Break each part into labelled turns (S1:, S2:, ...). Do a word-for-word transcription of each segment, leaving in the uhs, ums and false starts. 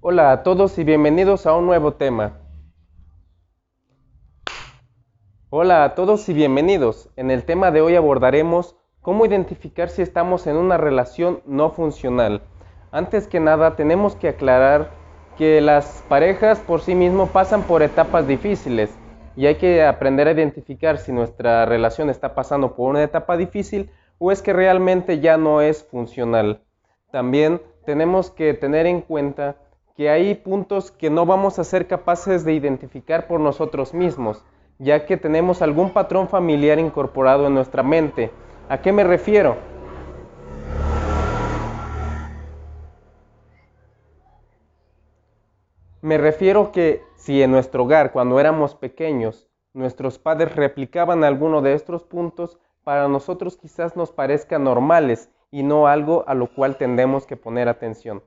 S1: Hola a todos y bienvenidos a un nuevo tema. Hola a todos y bienvenidos. En el tema de hoy abordaremos cómo identificar si estamos en una relación no funcional. Antes que nada, tenemos que aclarar que las parejas por sí mismos pasan por etapas difíciles y hay que aprender a identificar si nuestra relación está pasando por una etapa difícil o es que realmente ya no es funcional. También tenemos que tener en cuenta que hay puntos que no vamos a ser capaces de identificar por nosotros mismos, ya que tenemos algún patrón familiar incorporado en nuestra mente. ¿A qué me refiero? Me refiero que si en nuestro hogar, cuando éramos pequeños, nuestros padres replicaban alguno de estos puntos, para nosotros quizás nos parezcan normales y no algo a lo cual tendemos que poner atención.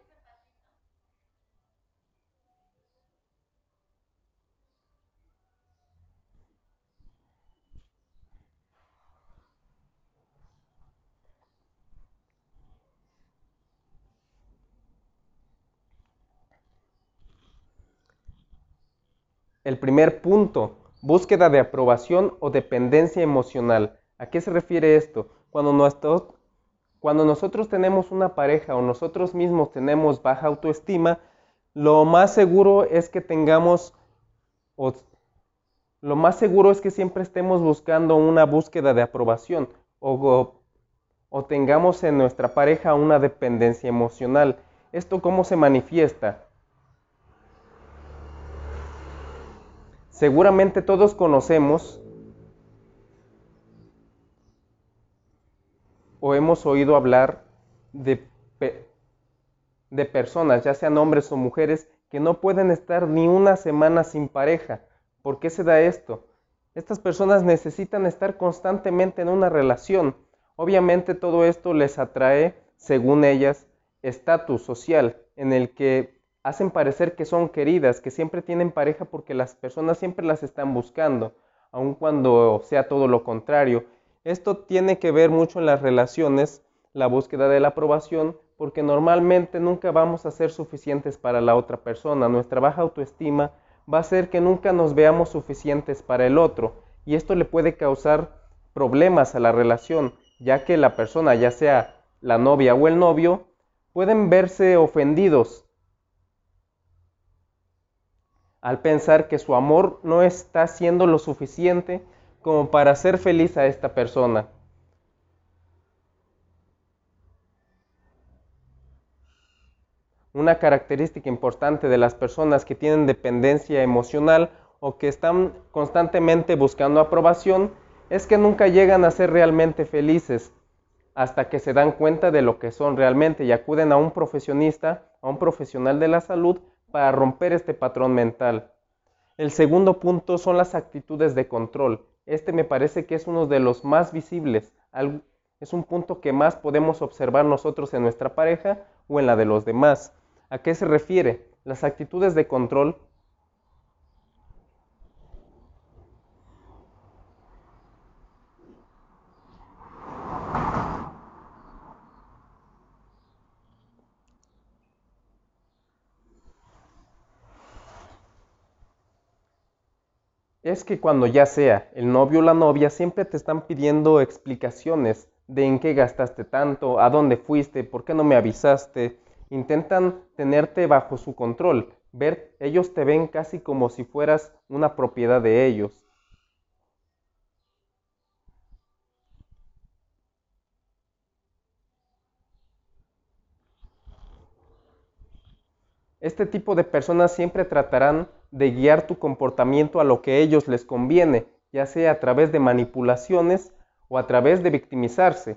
S1: El primer punto, búsqueda de aprobación o dependencia emocional. ¿A qué se refiere esto? Cuando, nuestro, cuando nosotros tenemos una pareja o nosotros mismos tenemos baja autoestima, lo más seguro es que tengamos, o lo más seguro es que siempre estemos buscando una búsqueda de aprobación o, o, o tengamos en nuestra pareja una dependencia emocional. ¿Esto cómo se manifiesta? Seguramente todos conocemos o hemos oído hablar de, de personas, ya sean hombres o mujeres, que no pueden estar ni una semana sin pareja. ¿Por qué se da esto? Estas personas necesitan estar constantemente en una relación. Obviamente todo esto les atrae, según ellas, estatus social, en el que hacen parecer que son queridas, que siempre tienen pareja porque las personas siempre las están buscando, aun cuando sea todo lo contrario. Esto tiene que ver mucho en las relaciones, la búsqueda de la aprobación, porque normalmente nunca vamos a ser suficientes para la otra persona. Nuestra baja autoestima va a hacer que nunca nos veamos suficientes para el otro, y esto le puede causar problemas a la relación, ya que la persona, ya sea la novia o el novio, pueden verse ofendidos al pensar que su amor no está siendo lo suficiente como para hacer feliz a esta persona. Una característica importante de las personas que tienen dependencia emocional o que están constantemente buscando aprobación es que nunca llegan a ser realmente felices hasta que se dan cuenta de lo que son realmente y acuden a un profesionista, a un profesional de la salud para romper este patrón mental. El segundo punto son las actitudes de control. Este me parece que es uno de los más visibles. Es un punto que más podemos observar nosotros en nuestra pareja o en la de los demás. ¿A qué se refiere? Las actitudes de control es que cuando ya sea el novio o la novia siempre te están pidiendo explicaciones de en qué gastaste tanto, a dónde fuiste, por qué no me avisaste. Intentan tenerte bajo su control. Ver, ellos te ven casi como si fueras una propiedad de ellos. Este tipo de personas siempre tratarán de guiar tu comportamiento a lo que a ellos les conviene, ya sea a través de manipulaciones o a través de victimizarse.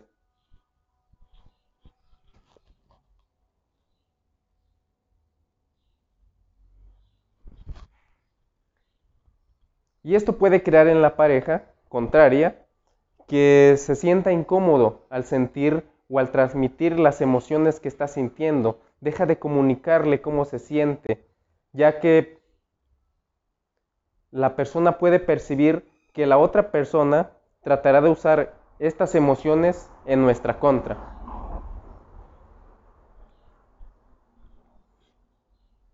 S1: Y esto puede crear en la pareja contraria que se sienta incómodo al sentir o al transmitir las emociones que está sintiendo. Deja de comunicarle cómo se siente, ya que la persona puede percibir que la otra persona tratará de usar estas emociones en nuestra contra.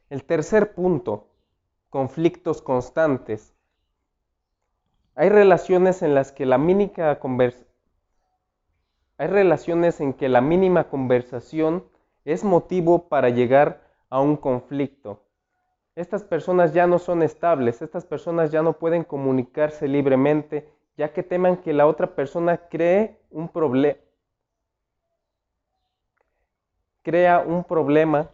S1: El tercer punto, conflictos constantes. Hay relaciones en las que la mínima conversa... Hay relaciones en que la mínima conversación es motivo para llegar a un conflicto. Estas personas ya no son estables, estas personas ya no pueden comunicarse libremente, ya que teman que la otra persona cree un problema, crea un problema,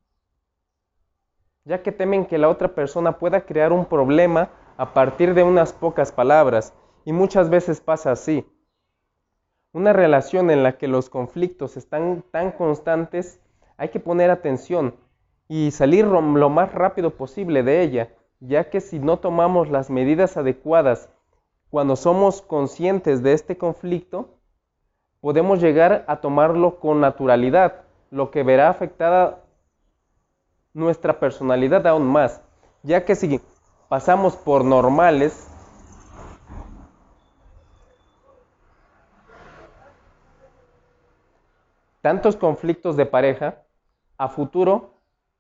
S1: ya que temen que la otra persona pueda crear un problema a partir de unas pocas palabras, y muchas veces pasa así. Una relación en la que los conflictos están tan constantes, hay que poner atención y salir lo más rápido posible de ella, ya que si no tomamos las medidas adecuadas cuando somos conscientes de este conflicto, podemos llegar a tomarlo con naturalidad, lo que verá afectada nuestra personalidad aún más, ya que si pasamos por normales, tantos conflictos de pareja, a futuro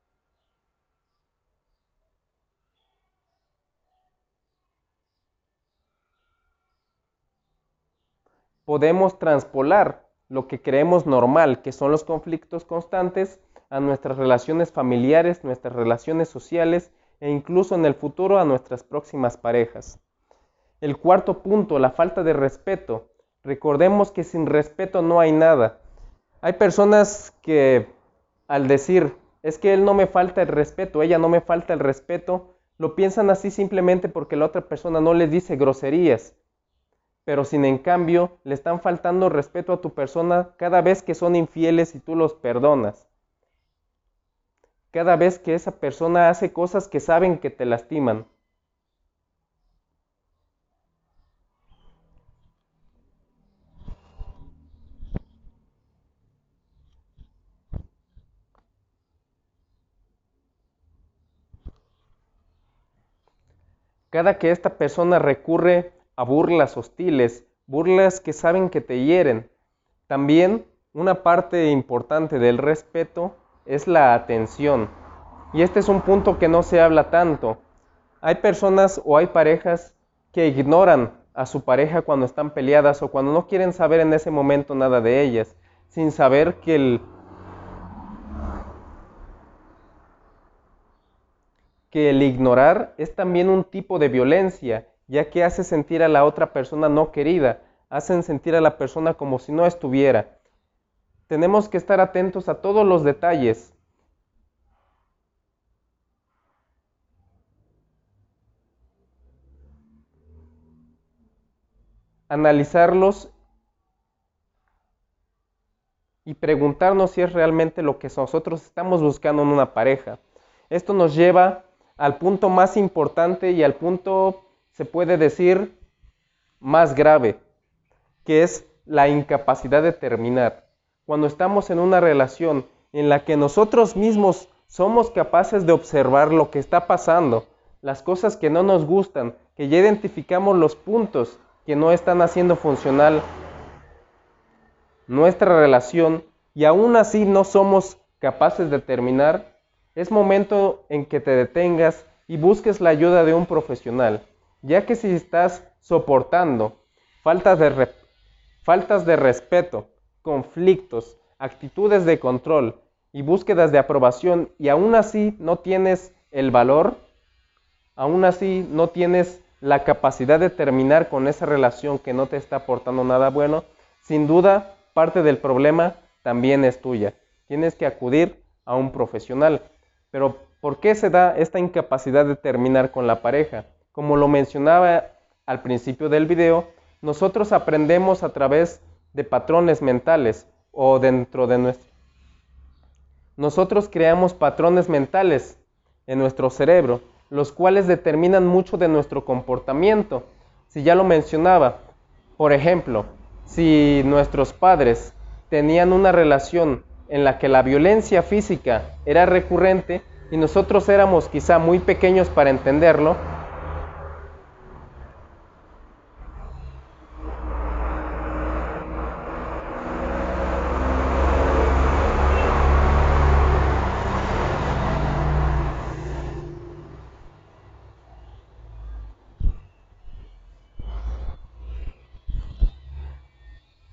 S1: podemos transpolar lo que creemos normal, que son los conflictos constantes, a nuestras relaciones familiares, nuestras relaciones sociales e incluso en el futuro a nuestras próximas parejas. El cuarto punto, la falta de respeto. Recordemos que sin respeto no hay nada. Hay personas que al decir, es que él no me falta el respeto, ella no me falta el respeto, lo piensan así simplemente porque la otra persona no les dice groserías. Pero sin en cambio, le están faltando respeto a tu persona cada vez que son infieles y tú los perdonas. Cada vez que esa persona hace cosas que saben que te lastiman. Cada que esta persona recurre a burlas hostiles, burlas que saben que te hieren. También una parte importante del respeto es la atención. Y este es un punto que no se habla tanto. Hay personas o hay parejas que ignoran a su pareja cuando están peleadas o cuando no quieren saber en ese momento nada de ellas, sin saber que el que el ignorar es también un tipo de violencia, ya que hace sentir a la otra persona no querida, hacen sentir a la persona como si no estuviera. Tenemos que estar atentos a todos los detalles. Analizarlos y preguntarnos si es realmente lo que nosotros estamos buscando en una pareja. Esto nos lleva al punto más importante y al punto, se puede decir, más grave, que es la incapacidad de terminar. Cuando estamos en una relación en la que nosotros mismos somos capaces de observar lo que está pasando, las cosas que no nos gustan, que ya identificamos los puntos que no están haciendo funcional nuestra relación y aún así no somos capaces de terminar, es momento en que te detengas y busques la ayuda de un profesional, ya que si estás soportando faltas de, re faltas de respeto, conflictos, actitudes de control y búsquedas de aprobación y aún así no tienes el valor, aún así no tienes la capacidad de terminar con esa relación que no te está aportando nada bueno, sin duda parte del problema también es tuya. Tienes que acudir a un profesional. Pero ¿por qué se da esta incapacidad de terminar con la pareja? Como lo mencionaba al principio del video, nosotros aprendemos a través de patrones mentales o dentro de nuestro... Nosotros creamos patrones mentales en nuestro cerebro, los cuales determinan mucho de nuestro comportamiento. Si ya lo mencionaba, por ejemplo, si nuestros padres tenían una relación en la que la violencia física era recurrente y nosotros éramos quizá muy pequeños para entenderlo,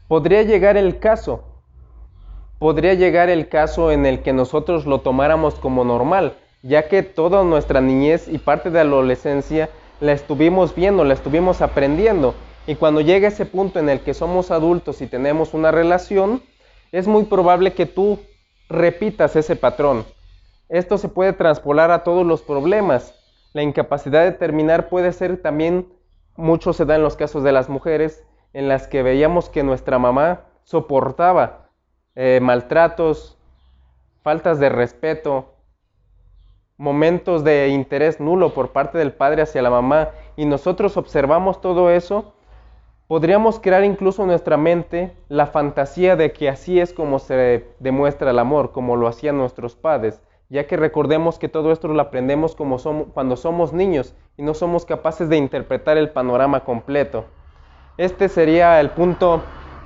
S1: Podría llegar el caso, podría llegar el caso en el que nosotros lo tomáramos como normal, ya que toda nuestra niñez y parte de la adolescencia la estuvimos viendo, la estuvimos aprendiendo. Y cuando llega ese punto en el que somos adultos y tenemos una relación, es muy probable que tú repitas ese patrón. Esto se puede traspolar a todos los problemas. La incapacidad de terminar puede ser también, mucho se da en los casos de las mujeres, en las que veíamos que nuestra mamá soportaba eh, maltratos, faltas de respeto, momentos de interés nulo por parte del padre hacia la mamá, y nosotros observamos todo eso. Podríamos crear incluso en nuestra mente la fantasía de que así es como se demuestra el amor, como lo hacían nuestros padres, ya que recordemos que todo esto lo aprendemos como somos, cuando somos niños y no somos capaces de interpretar el panorama completo. Este sería el punto,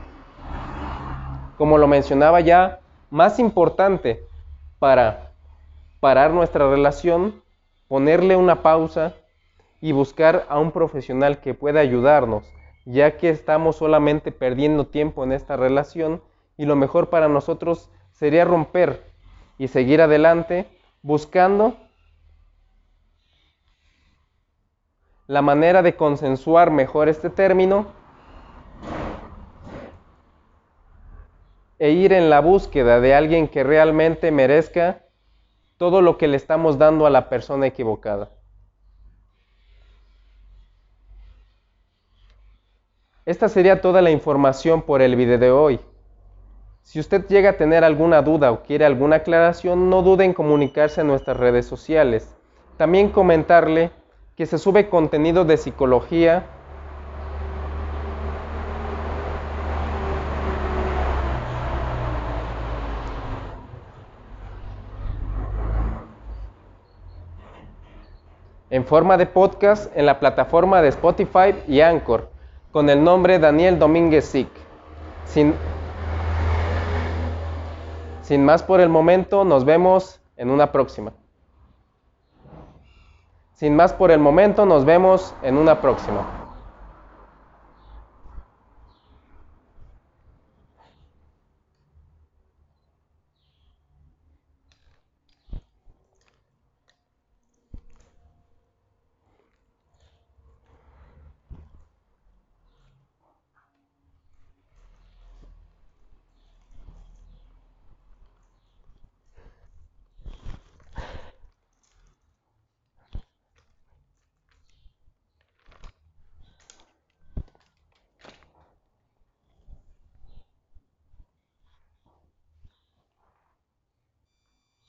S1: como lo mencionaba ya, más importante para parar nuestra relación, ponerle una pausa y buscar a un profesional que pueda ayudarnos, ya que estamos solamente perdiendo tiempo en esta relación y lo mejor para nosotros sería romper y seguir adelante buscando la manera de consensuar mejor este término e ir en la búsqueda de alguien que realmente merezca todo lo que le estamos dando a la persona equivocada. Esta sería toda la información por el video de hoy. Si usted llega a tener alguna duda o quiere alguna aclaración, no dude en comunicarse en nuestras redes sociales. También comentarle que se sube contenido de psicología en forma de podcast en la plataforma de Spotify y Anchor, con el nombre Daniel Domínguez Sic. Sin, sin más por el momento, nos vemos en una próxima. Sin más por el momento, nos vemos en una próxima.